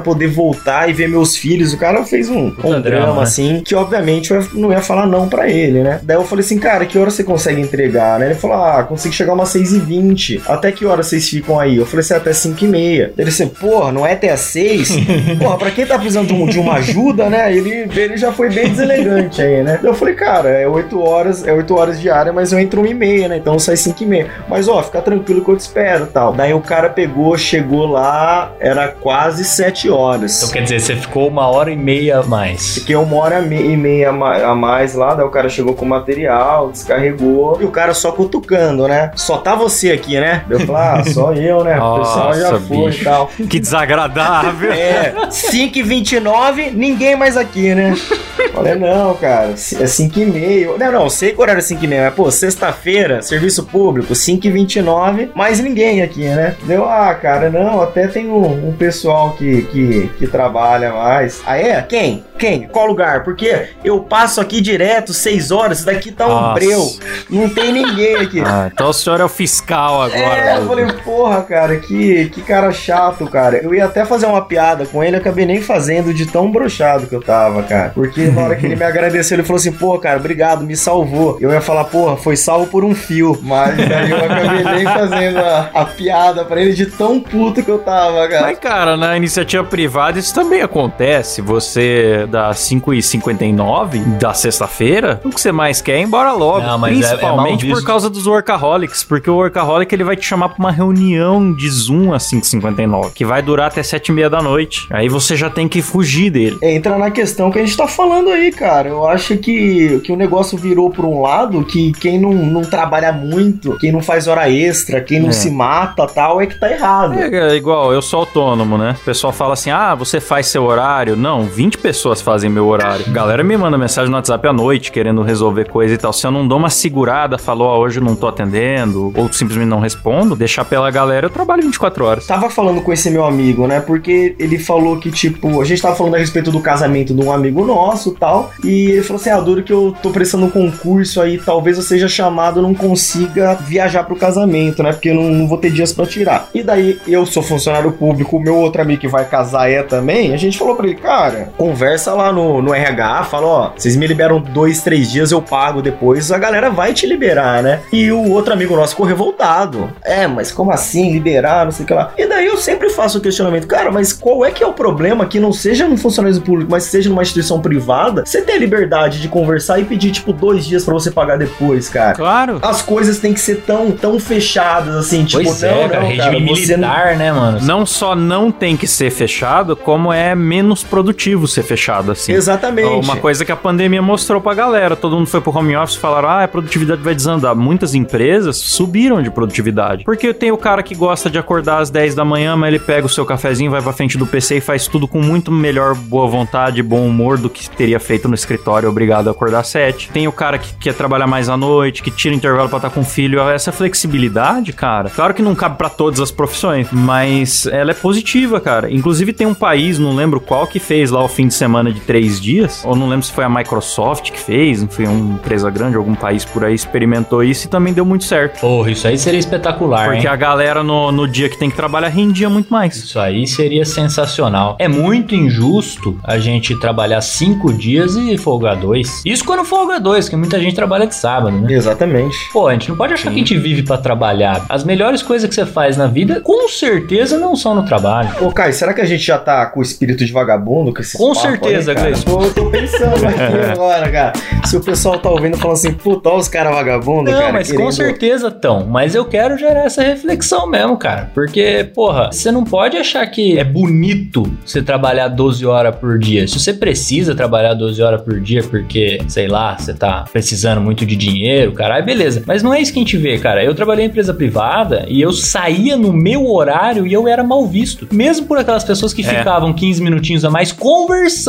poder voltar e ver meus filhos. O cara fez um, um drama, né? Assim, que obviamente eu não ia falar não pra ele, né? Daí eu falei assim, cara, que hora você consegue entregar, né? Ele falou, ah, consigo chegar umas seis e vinte. Até que hora vocês ficam aí? Eu falei assim, até cinco e meia. Ele disse, porra, não é até as seis? Porra, pra quem tá precisando de, um, de uma ajuda, né? Ele, ele já foi bem deselegante aí, né? Eu falei, cara, é oito horas, é oito horas diária, mas eu entro uma e meia, né? Então sai cinco e meia. Mas, ó, fica tranquilo que eu te espero e tal. Daí o cara pegou, chegou lá, era quase sete horas.
Então quer dizer, você ficou uma hora e meia a mais.
Fiquei uma hora e meia a mais lá, daí o cara chegou com o material, descarregou, e o cara só cutucando, né? Só tá você aqui, né? Eu falei, ah, só eu, né? O pessoal já foi e tal.
Que desagradável.
É, cinco e vinte e nove, ninguém mais aqui, né? Falei, não, cara, é cinco e meia. Não, não, sei que o horário é cinco e meia, mas, pô, sexta-feira, serviço público, cinco e vinte e nove, mais ninguém aqui, né? Deu, ah, cara, não, até tem um, um pessoal que, que, que trabalha mais. Ah, é? Quem? Quem? Qual lugar? Porque eu passo aqui direto, seis horas, daqui tá um
Nossa.
breu. Não tem ninguém aqui.
Ah, então o senhor é o fiscal agora.
É, eu falei, porra, cara, que, que cara chato, cara. Eu ia até fazer uma piada com ele, acabei nem fazendo de tão broxado que eu tava, cara. Porque na hora que ele me agradeceu, ele falou assim, pô, cara, obrigado, me salvou. Eu ia falar, porra, foi salvo por um fio. Mas daí eu acabei nem fazendo a, a piada pra ele de tão puto que eu tava, cara.
Mas, cara, na iniciativa privada isso também acontece. Você, das cinco e cinquenta e nove da sexta-feira, o que você mais quer é ir embora logo. Não, mas principalmente é, é por causa dos workaholics, porque o workaholic ele vai te chamar pra uma reunião de Zoom às cinco e cinquenta e nove, que vai durar até sete e meia da noite. Aí você já tem que fugir dele.
Entra na questão que a gente tá falando aí, cara. Eu acho que, que o negócio virou por um lado que quem não, não trabalha muito, quem não faz hora extra, quem não é. se mata tal, é que tá errado.
É, é igual, eu sou autônomo, né? O pessoal fala assim, ah, você faz seu horário. Não, vinte pessoas fazem meu horário. A galera me manda mensagem no WhatsApp à noite, querendo resolver coisa e tal. Se eu não dou uma segurada, falou, ó, hoje eu não tô atendendo, ou simplesmente não respondo, deixar pela galera, eu trabalho vinte e quatro horas.
Tava falando com esse meu amigo, né? Porque ele falou que, tipo, a gente tava falando a respeito do casamento de um amigo nosso e tal, e ele falou assim, ah, duro que eu tô prestando um concurso aí, talvez eu seja chamado, não consiga viajar pro casamento, né? Porque eu não, não vou ter dias pra tirar. E daí, eu sou funcionário público, o meu outro amigo que vai casar é também, a gente falou pra ele, cara, conversa lá no, no R H, fala, ó, vocês me liberam dois, três dias, eu pago depois, a galera vai te liberar, né? E o outro amigo nosso ficou revoltado. É, mas como assim liberar, não sei o que lá. E daí eu sempre faço o questionamento, cara, mas qual é que é o problema que não seja no funcionário público, mas seja numa instituição privada, você ter a liberdade de conversar e pedir, tipo, dois dias pra você pagar depois, cara?
Claro.
As coisas têm que ser tão, tão fechadas, assim, tipo,
pois
não,
é,
não,
cara,
cara,
regime militar,
não...
né, mano?
Não só não tem que ser fechado, como é menos produtivo ser fechado, assim.
Exatamente.
Uma coisa que a pandemia mostrou pra galera, todo mundo foi pro home office e falaram, ah, a produtividade vai desandar. Muitas empresas subiram de produtividade, porque tem o cara que gosta de acordar às dez da manhã, mas ele pega o seu cafezinho, vai pra frente do P C e faz tudo com muito melhor boa vontade, bom humor do que teria feito no escritório, obrigado a acordar às sete. Tem o cara que quer trabalhar mais à noite, que tira intervalo pra estar com o filho. Essa flexibilidade, cara, claro que não cabe pra todas as profissões, mas ela é positiva, cara. Inclusive tem um país, não lembro qual, que fez lá o fim de semana de três dias, ou não lembro se foi a Microsoft que fez, não foi uma empresa grande, algum país por aí experimentou isso e também deu muito certo.
Porra, isso aí seria espetacular,
porque
hein?
a galera no, no dia que tem que trabalhar rendia muito mais.
Isso aí seria sensacional. É muito injusto a gente trabalhar cinco dias e folgar dois. Isso quando folga dois, que muita gente trabalha de sábado, né?
Exatamente.
Pô, a gente não pode achar Sim. que a gente vive pra trabalhar. As melhores coisas que você faz na vida, com certeza, não são no trabalho.
Ô, Caio, será que a gente já tá com o espírito de vagabundo? Com,
com certeza, Gleice.
Eu tô pensando aqui agora, cara. Se o pessoal tá ouvindo falando assim, puta, olha os caras vagabundos, cara.
Não, mas
querendo...
com certeza tão. Mas eu quero gerar essa reflexão mesmo, cara. Porque, porra, você não pode achar que é bonito você trabalhar doze horas por dia. Se você precisa trabalhar doze horas por dia porque, sei lá, você tá precisando muito de dinheiro, caralho, beleza. Mas não é isso que a gente vê, cara. Eu trabalhei em empresa privada e eu saía no meu horário e eu era mal visto. Mesmo por aquelas pessoas que é. ficavam quinze minutinhos a mais conversando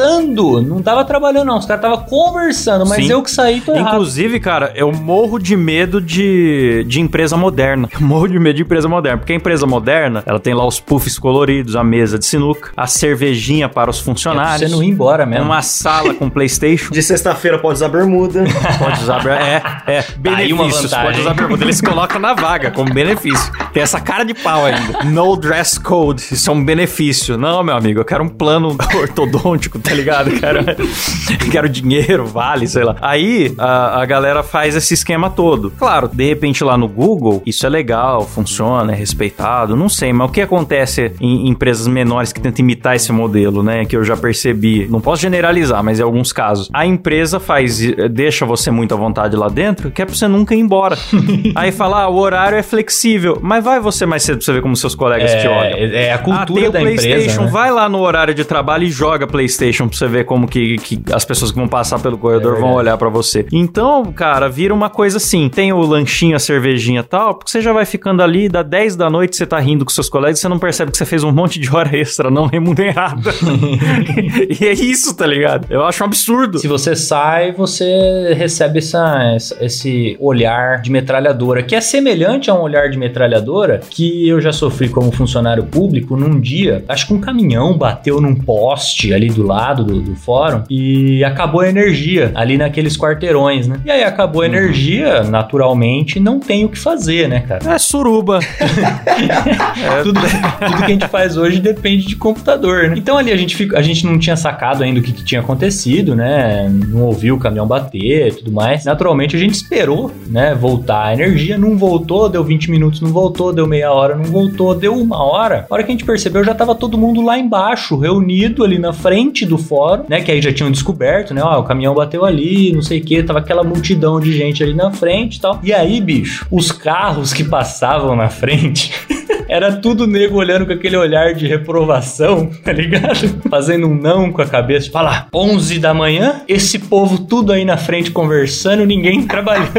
conversando. Não tava trabalhando, não. Os caras tava conversando, mas Sim. eu que saí tô errado.
Inclusive, cara, eu morro de medo de, de empresa moderna. Eu morro de medo de empresa moderna. Porque a empresa moderna, ela tem lá os puffs coloridos, a mesa de sinuca, a cervejinha para os funcionários.
É pra você não ir embora mesmo.
Uma sala com PlayStation.
De sexta-feira pode usar bermuda.
Pode usar bermuda. É, é. Benefícios. Pode usar bermuda. Eles colocam na vaga como benefício. Tem essa cara de pau ainda. No dress code. Isso é um benefício. Não, meu amigo, eu quero um plano ortodôntico, tá ligado? Quero, quero dinheiro, vale, sei lá. Aí, a, a galera faz esse esquema todo. Claro, de repente lá no Google, isso é legal, funciona, é respeitado, não sei, mas o que acontece em empresas menores que tentam imitar esse modelo, né? Que eu já percebi, não posso generalizar, mas em alguns casos, a empresa faz, deixa você muito à vontade lá dentro, que é pra você nunca ir embora. Aí fala, ah, o horário é flexível, mas vai você mais cedo pra você ver como seus colegas
é,
te olham.
É a cultura ah, tem o
da
PlayStation,
empresa, né?
Vai
lá no horário de trabalho e joga PlayStation pra você ver como que, que as pessoas que vão passar pelo corredor é vão olhar pra você. Então, cara, vira uma coisa assim, tem o lanchinho, a cervejinha e tal, porque você já vai ficando ali, dá dez da noite, você tá rindo com seus colegas e você não percebe que você fez um monte de hora extra não remunerada. E é isso, tá ligado? Eu acho um absurdo.
Se você sai, você recebe essa, essa, esse olhar de metralhadora, que é semelhante a um olhar de metralhadora que eu já sofri como funcionário público num dia. Acho que um caminhão bateu num poste ali do lado do, do fórum e acabou a energia ali naqueles quarteirões, né? E aí acabou a uhum. energia, naturalmente, não tem o que fazer, né, cara?
É suruba.
é. Tudo, tudo que a gente faz hoje depende de computador, né? Então ali a gente, fica, a gente não tinha sacado ainda o que, que tinha acontecido, né? Não ouviu o caminhão bater e tudo mais. Naturalmente a gente esperou, né? Voltar a energia, não voltou, deu vinte minutos, não voltou, deu meia hora, não voltou, deu uma hora. A hora que a gente percebeu, já tava todo mundo lá embaixo, reunido ali na frente do fórum, né? Que aí já tinham descoberto, né? Ó, o caminhão bateu ali, não sei o que, tava aquela multidão de gente ali na frente e tal. E aí, bicho, os carros que passavam na frente... Era tudo nego olhando com aquele olhar de reprovação, tá ligado? Fazendo um não com a cabeça. Fala, onze da manhã, esse povo tudo aí na frente conversando, ninguém trabalhando.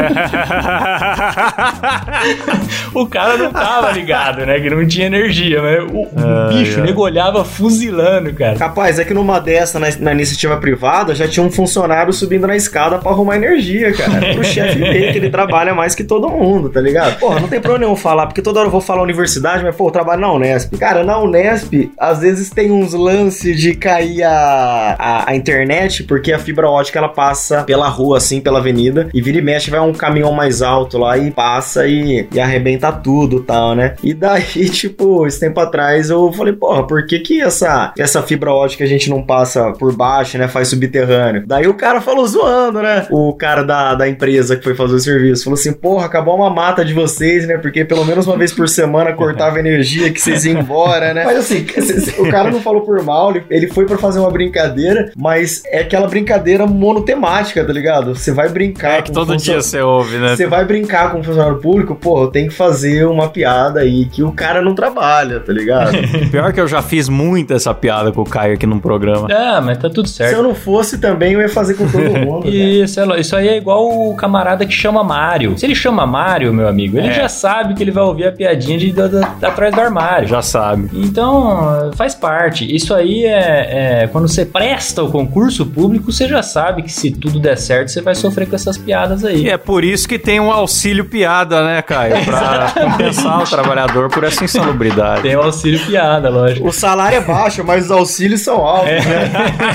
O cara não tava ligado, né? Que não tinha energia, mas o, o ah, bicho, o nego olhava fuzilando, cara.
Capaz, é que numa dessa, na, na iniciativa privada, já tinha um funcionário subindo na escada pra arrumar energia, cara. Pro chefe ver que ele trabalha mais que todo mundo, tá ligado? Porra, não tem problema nenhum falar, porque toda hora eu vou falar universidade, mas, pô, eu trabalho na Unesp. Cara, na Unesp, às vezes tem uns lances de cair a, a, a internet, porque a fibra ótica, ela passa pela rua, assim, pela avenida, e vira e mexe, vai um caminhão mais alto lá e passa e, e arrebenta tudo e tal, né? E daí, tipo, esse tempo atrás, eu falei, porra, por que que essa, essa fibra ótica a gente não passa por baixo, né? Faz subterrâneo. Daí o cara falou zoando, né? O cara da, da empresa que foi fazer o serviço falou assim, porra, acabou uma mata de vocês, né? Porque pelo menos uma vez por semana cortava energia que vocês iam embora, né? Mas assim, o cara não falou por mal, ele foi pra fazer uma brincadeira, mas é aquela brincadeira monotemática, tá ligado? Você vai brincar
é que com todo dia você ouve, né?
Você vai brincar com um funcionário público, pô, tem que fazer uma piada aí que o cara não trabalha, tá ligado?
Pior que eu já fiz muito essa piada com o Caio aqui no programa.
Ah, mas tá tudo certo.
Se eu não fosse também, eu ia fazer com todo mundo.
Isso, é, isso aí é igual o camarada que chama Mário. Se ele chama Mário, meu amigo, ele é. já sabe que ele vai ouvir a piadinha de Da, da, atrás do armário.
Já sabe.
Então, faz parte. Isso aí é, é... Quando você presta o concurso público, você já sabe que se tudo der certo, você vai sofrer com essas piadas aí.
E é por isso que tem um auxílio piada, né, Caio? Pra compensar o trabalhador por essa insalubridade.
Tem o auxílio piada, lógico.
O salário é baixo, mas os auxílios são altos, é. né?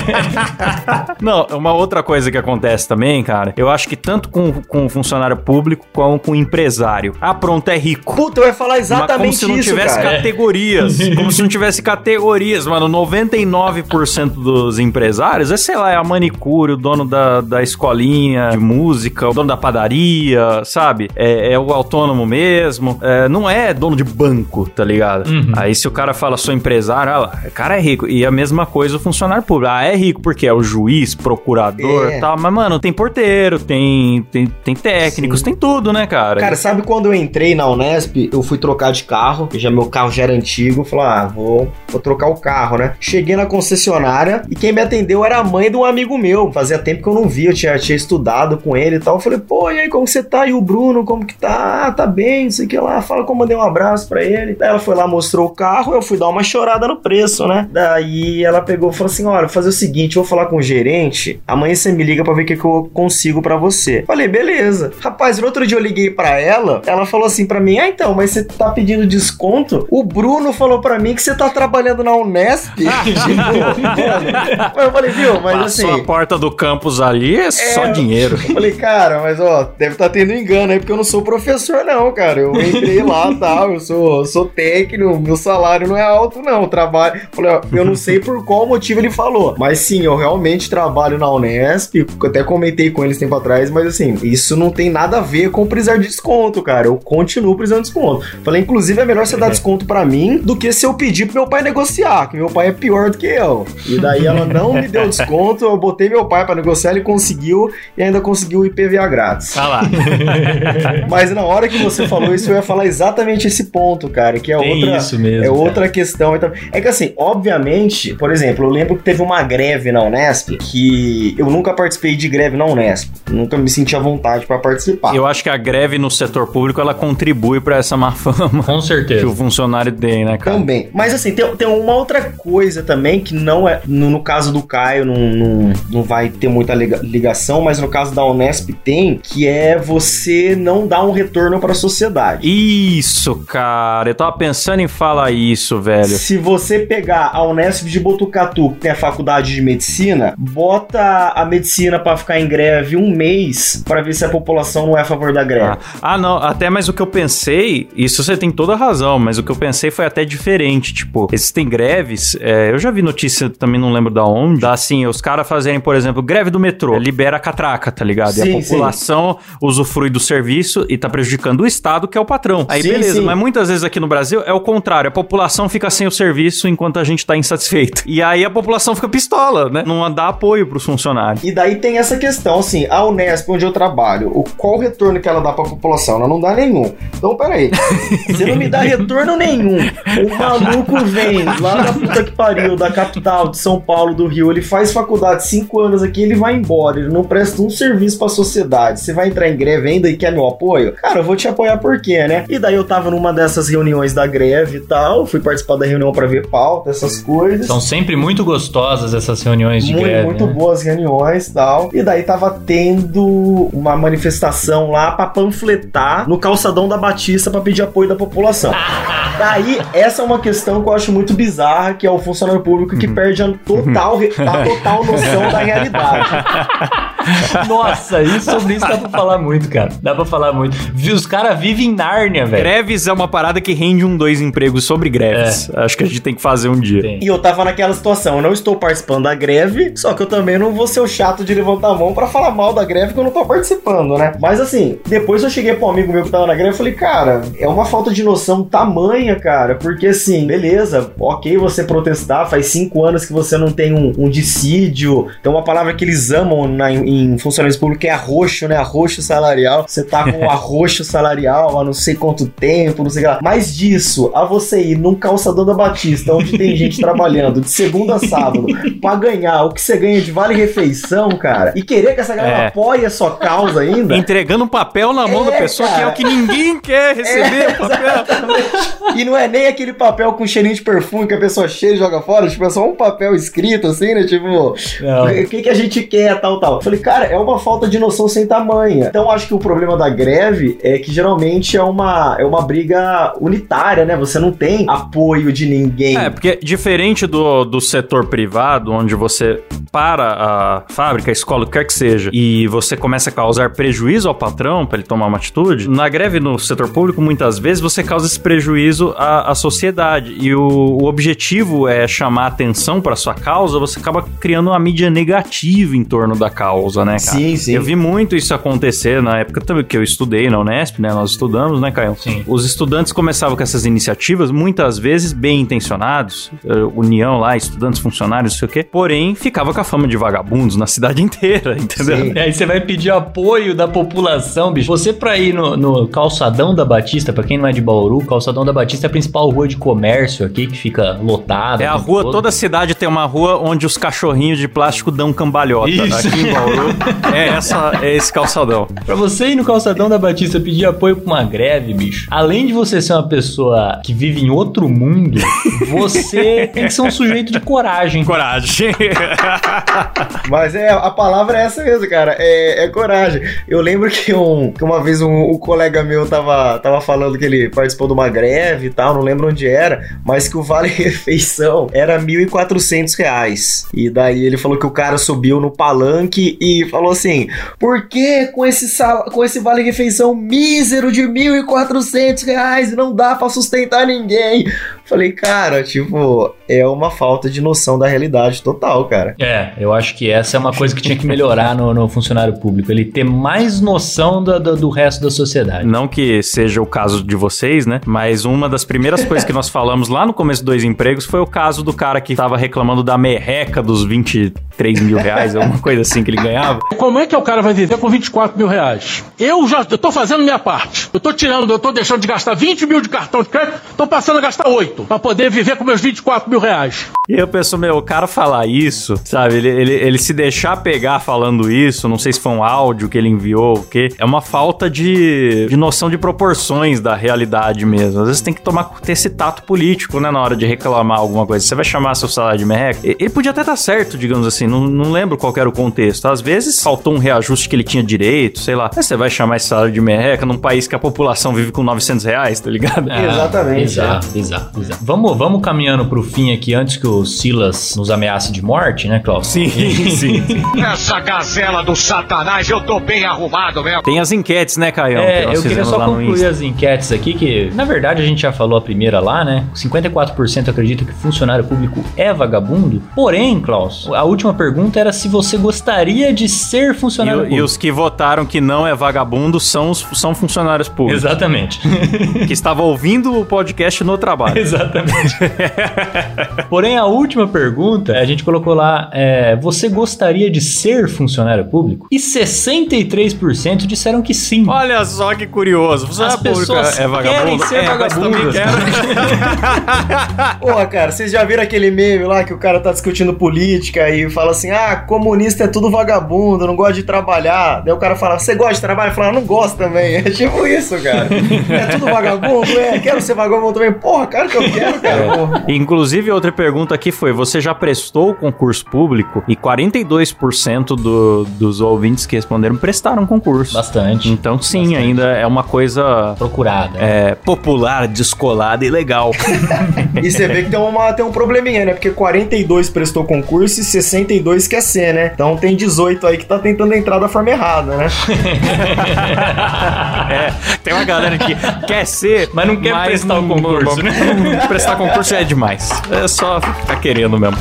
Não, uma outra coisa que acontece também, cara, eu acho que tanto com, com funcionário público como com empresário. Ah, pronto, é rico.
Puta, eu ia falar exatamente
como se não
isso,
tivesse
cara.
categorias. Como se não tivesse categorias, mano. noventa e nove por cento dos empresários é, sei lá, é a manicure, o dono da, da escolinha de música, o dono da padaria, sabe? É, é o autônomo mesmo. É, não é dono de banco, tá ligado? Uhum. Aí se o cara fala, sou empresário, ah lá, o cara é rico. E a mesma coisa o funcionário público. Ah, é rico porque é o juiz, procurador e é. tal. Mas, mano, tem porteiro, tem, tem, tem técnicos, Sim. tem tudo, né, cara?
Cara, sabe quando eu entrei na Unesp, eu fui trocar de de carro, já meu carro já era antigo, falei, ah, vou, vou trocar o carro, né? Cheguei na concessionária e quem me atendeu era a mãe de um amigo meu. Fazia tempo que eu não via, eu tinha, tinha estudado com ele e tal. Eu falei, pô, e aí, como você tá? E o Bruno, como que tá? Ah, tá bem, não sei o que lá. Fala como eu mandei um abraço pra ele. Daí ela foi lá, mostrou o carro, eu fui dar uma chorada no preço, né? Daí ela pegou e falou assim, olha, vou fazer o seguinte, eu vou falar com o gerente, amanhã você me liga pra ver o que, que eu consigo pra você. Falei, beleza. Rapaz, no outro dia eu liguei pra ela, ela falou assim pra mim, ah, então, mas você tá pedindo desconto? O Bruno falou pra mim que você tá trabalhando na Unesp. Tipo, eu falei, viu, mas
Passou
assim...
a porta do campus ali, é, é só dinheiro.
Eu falei, cara, mas ó, deve estar tá tendo engano aí, porque eu não sou professor não, cara. Eu entrei lá e tal, eu sou, eu sou técnico, meu salário não é alto não, eu trabalho... Falei, ó, eu não sei por qual motivo ele falou, mas sim, eu realmente trabalho na Unesp, eu até comentei com eles tempo atrás, mas assim, isso não tem nada a ver com precisar de desconto, cara. Eu continuo precisando de desconto. Falei, inclusive é melhor você dar desconto pra mim do que se eu pedir pro meu pai negociar, que meu pai é pior do que eu. E daí ela não me deu desconto, eu botei meu pai pra negociar, ele conseguiu e ainda conseguiu o I P V A grátis.
Ah lá.
Mas na hora que você falou isso, eu ia falar exatamente esse ponto, cara, que é
Tem
outra,
isso mesmo,
é outra
cara.
questão. Então, é que assim, obviamente, por exemplo, eu lembro que teve uma greve na Unesp que eu nunca participei de greve na Unesp, nunca me senti à vontade pra participar.
Eu acho que a greve no setor público, ela contribui pra essa má fama.
Com certeza.
Que o funcionário tem, né, cara?
Também. Mas assim, tem, tem uma outra coisa também que não é... No, no caso do Caio, não, não, não vai ter muita ligação, mas no caso da Unesp tem, que é você não dar um retorno pra sociedade.
Isso, cara. Eu tava pensando em falar isso, velho.
Se você pegar a Unesp de Botucatu, que tem a faculdade de medicina, bota a medicina pra ficar em greve um mês pra ver se a população não é a favor da greve.
Ah, ah, não. Até mais o que eu pensei, isso você tem toda a razão, mas o que eu pensei foi até diferente. Tipo, existem greves, é, eu já vi notícia, também não lembro da onde, dá assim, os caras fazerem, por exemplo, greve do metrô, libera a catraca, tá ligado?
Sim,
e a população sim. usufrui do serviço e tá prejudicando o Estado, que é o patrão. Aí
sim,
beleza,
sim.
mas muitas vezes aqui no Brasil é o contrário, a população fica sem o serviço enquanto a gente tá insatisfeito. E aí a população fica pistola, né? Não dá apoio pros funcionários.
E daí tem essa questão, assim, a Unesp, onde eu trabalho, o, qual o retorno que ela dá pra população? Ela não dá nenhum. Então, peraí, você não me dá retorno nenhum. O maluco vem lá da puta que pariu, da capital de São Paulo, do Rio, ele faz faculdade cinco anos aqui, ele vai embora, ele não presta um serviço pra sociedade. Você vai entrar em greve ainda e quer meu apoio? Cara, eu vou te apoiar por quê, né? E daí eu tava numa dessas reuniões da greve e tal, fui participar da reunião pra ver pauta, essas coisas.
São sempre muito gostosas essas reuniões de
muito,
greve.
Muito
né?
boas reuniões e tal. E daí tava tendo uma manifestação lá pra panfletar no calçadão da Batista pra pedir apoio da população. Daí, essa é uma questão que eu acho muito bizarra, que é o funcionário público que uhum. perde a total, a total noção da realidade.
Nossa, isso, sobre isso dá pra falar muito, cara. Dá pra falar muito. Os caras vivem em Nárnia, velho.
Greves é uma parada que rende um, dois empregos sobre greves. É. Acho que a gente tem que fazer um dia.
Tem.
E eu tava naquela situação, eu não estou participando da greve, só que eu também não vou ser o chato de levantar a mão pra falar mal da greve que eu não tô participando, né? Mas assim, depois eu cheguei pra um amigo meu que tava na greve e falei, cara, é uma falta de noção tamanha, cara, porque assim, beleza, ok você protestar, faz cinco anos que você não tem um, um dissídio, tem uma palavra que eles amam na, em funcionários públicos que é arroxo, né? Arroxo salarial, você tá com um arroxo salarial há não sei quanto tempo, não sei o que lá. Mas disso, a você ir num calçadão da Batista, onde tem gente trabalhando de segunda a sábado, pra ganhar o que você ganha de vale-refeição, cara, e querer que essa galera é. apoie a sua causa ainda.
Entregando um papel na mão é, da pessoa, cara, que é o que ninguém quer receber, é, o papel.
E não é nem aquele papel com cheirinho de perfume que a pessoa cheira e joga fora, tipo, é só um papel escrito assim, né? Tipo, não. o que, que a gente quer, tal, tal. Eu falei, cara, é uma falta de noção sem tamanha. Então, acho que o problema da greve é que geralmente é uma, é uma briga unitária, né? Você não tem apoio de ninguém.
É, porque diferente do, do setor privado, onde você para a fábrica, a escola, o que quer que seja, e você começa a causar prejuízo ao patrão para ele tomar uma atitude, na greve no setor público, muitas vezes, você causa esse prejuízo à, à sociedade. E o, o objetivo é chamar atenção para sua causa, você acaba criando uma mídia negativa em torno da causa. causa, né, cara?
Sim, sim.
Eu vi muito isso acontecer na época também que eu estudei na Unesp, né? Nós estudamos, né, Caio?
Sim.
Os estudantes começavam com essas iniciativas, muitas vezes bem intencionados, união lá, estudantes, funcionários, não sei o quê, porém ficava com a fama de vagabundos na cidade inteira, entendeu?
Sim. E aí você vai pedir apoio da população, bicho. Você pra ir no, no Calçadão da Batista, pra quem não é de Bauru, Calçadão da Batista é a principal rua de comércio aqui, que fica lotada.
É a rua, todo. Toda cidade tem uma rua onde os cachorrinhos de plástico dão cambalhota.
Isso.
Aqui em Bauru é, essa, é esse calçadão.
Pra você ir no Calçadão da Batista pedir apoio pra uma greve, bicho, além de você ser uma pessoa que vive em outro mundo, você tem que ser um sujeito de coragem.
Coragem.
Mas é, a palavra é essa mesmo, cara. É, é coragem. Eu lembro que, um, que uma vez um, um colega meu tava, tava falando que ele participou de uma greve e tal, não lembro onde era, mas que o vale-refeição era mil e quatrocentos reais. E daí ele falou que o cara subiu no palanque e falou assim, por que com esse, sal, com esse vale-refeição mísero de mil e quatrocentos reais não dá pra sustentar ninguém? Falei, cara, tipo, é uma falta de noção da realidade total, cara.
É, eu acho que essa é uma coisa que tinha que melhorar no, no funcionário público, ele ter mais noção do, do, do resto da sociedade.
Não que seja o caso de vocês, né? Mas uma das primeiras coisas que nós falamos lá no começo dos empregos foi o caso do cara que tava reclamando da merreca dos vinte e três mil reais, alguma coisa assim que ele ganhava.
Como é que o cara vai viver com vinte e quatro mil reais? Eu já eu tô fazendo minha parte. Eu tô tirando, eu tô deixando de gastar vinte mil de cartão de crédito, tô passando a gastar oito pra poder viver com meus vinte e quatro mil reais.
E eu penso, meu, o cara falar isso, sabe? Ele, ele, ele se deixar pegar falando isso, não sei se foi um áudio que ele enviou, o quê? É uma falta de, de noção de proporções da realidade mesmo. Às vezes tem que tomar, ter esse tato político, né? Na hora de reclamar alguma coisa. Você vai chamar seu salário de merreca? Ele podia até estar certo, digamos assim. Não, não lembro qual era o contexto. Às vezes faltou um reajuste que ele tinha direito, sei lá. Mas você vai chamar esse salário de merreca num país que a população vive com novecentos reais, tá ligado?
Ah,
exatamente.
Exato, é. exato, exato. Vamos, vamos caminhando pro fim aqui antes que o Silas nos ameace de morte, né, Cláudio?
Sim, sim.
Essa gazela do satanás, eu tô bem arrumado mesmo.
Tem as enquetes, né, Caião?
É, que eu queria só concluir as enquetes aqui, que na verdade a gente já falou a primeira lá, né? cinquenta e quatro por cento acredita que funcionário público é vagabundo. Porém, Klaus, a última pergunta era se você gostaria de ser funcionário
e,
público.
E os que votaram que não é vagabundo são, os, são funcionários públicos.
Exatamente.
Que estavam ouvindo o podcast no trabalho.
Exatamente. Porém, a última pergunta, a gente colocou lá, é, você gostaria de ser funcionário público? E sessenta e três por cento disseram que sim.
Olha só que curioso. Funcionário
As pessoas
é vagabundo?
querem ser
é,
vagabundas.
Porra, cara, vocês já viram aquele meme lá que o cara tá discutindo política e fala assim, ah, comunista é tudo vagabundo, não gosta de trabalhar. Daí o cara fala, você gosta de trabalhar? Fala, não gosto também. É tipo isso, cara. É tudo vagabundo? É, quero ser vagabundo também. Porra, cara, que eu quero, cara.
É. Inclusive, outra pergunta aqui foi, você já prestou o concurso público? E quarenta e dois por cento do, dos ouvintes que responderam prestaram concurso.
Bastante.
Então, sim,
Bastante.
ainda é uma coisa...
procurada.
É, popular, descolada e legal.
E você vê que tem, uma, tem um probleminha, né? Porque quarenta e dois prestou concurso e sessenta e dois quer ser, né? Então tem dezoito aí que tá tentando entrar da forma errada, né?
É, tem uma galera que quer ser,
mas não quer
mas
prestar
não,
o concurso,
não, né? Não, prestar concurso é demais. É só ficar querendo mesmo.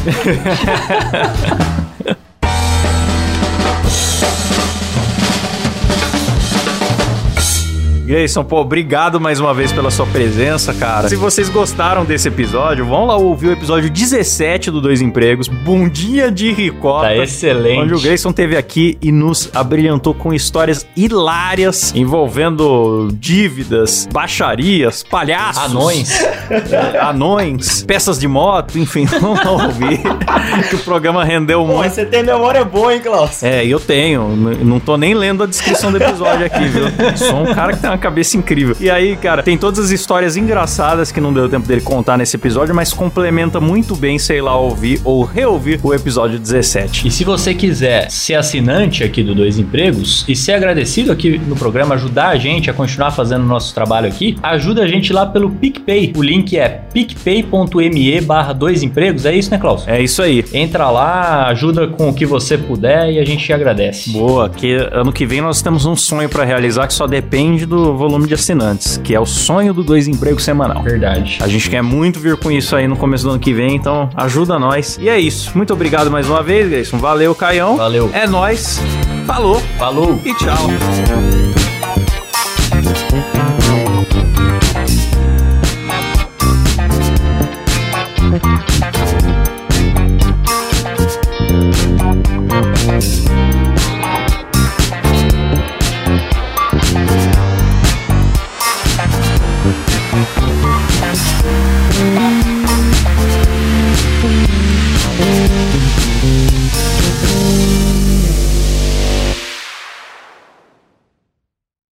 Grayson, pô, obrigado mais uma vez pela sua presença, cara. Se vocês gostaram desse episódio, vão lá ouvir o episódio dezessete do Dois Empregos, Bundinha de Ricota.
Tá excelente.
Onde o Grayson teve aqui e nos abrilhantou com histórias hilárias envolvendo dívidas, baixarias, palhaços.
Anões.
É, anões, peças de moto, enfim, vamos lá ouvir. Que o programa rendeu
Pô,
muito.
você tem memória boa, hein, Klaus?
É, eu tenho. Não tô nem lendo a descrição do episódio aqui, viu? Sou um cara que tem uma cabeça incrível. E aí, cara, tem todas as histórias engraçadas que não deu tempo dele contar nesse episódio, mas complementa muito bem, sei lá, ouvir ou reouvir o episódio dezessete.
E se você quiser ser assinante aqui do Dois Empregos e ser agradecido aqui no programa, ajudar a gente a continuar fazendo o nosso trabalho aqui, ajuda a gente lá pelo PicPay. O link é picpay.me barra dois empregos. É isso, né, Klaus?
É isso aí.
Entra lá, ajuda com o que você puder e a gente te agradece.
Boa, que ano que vem nós temos um sonho pra realizar que só depende do volume de assinantes, que é o sonho do Dois Empregos semanal.
Verdade.
A gente quer muito vir com isso aí no começo do ano que vem, então ajuda nós. E é isso. Muito obrigado mais uma vez, Grayson. Valeu, Caião.
Valeu.
É nóis. Falou.
Falou.
E tchau.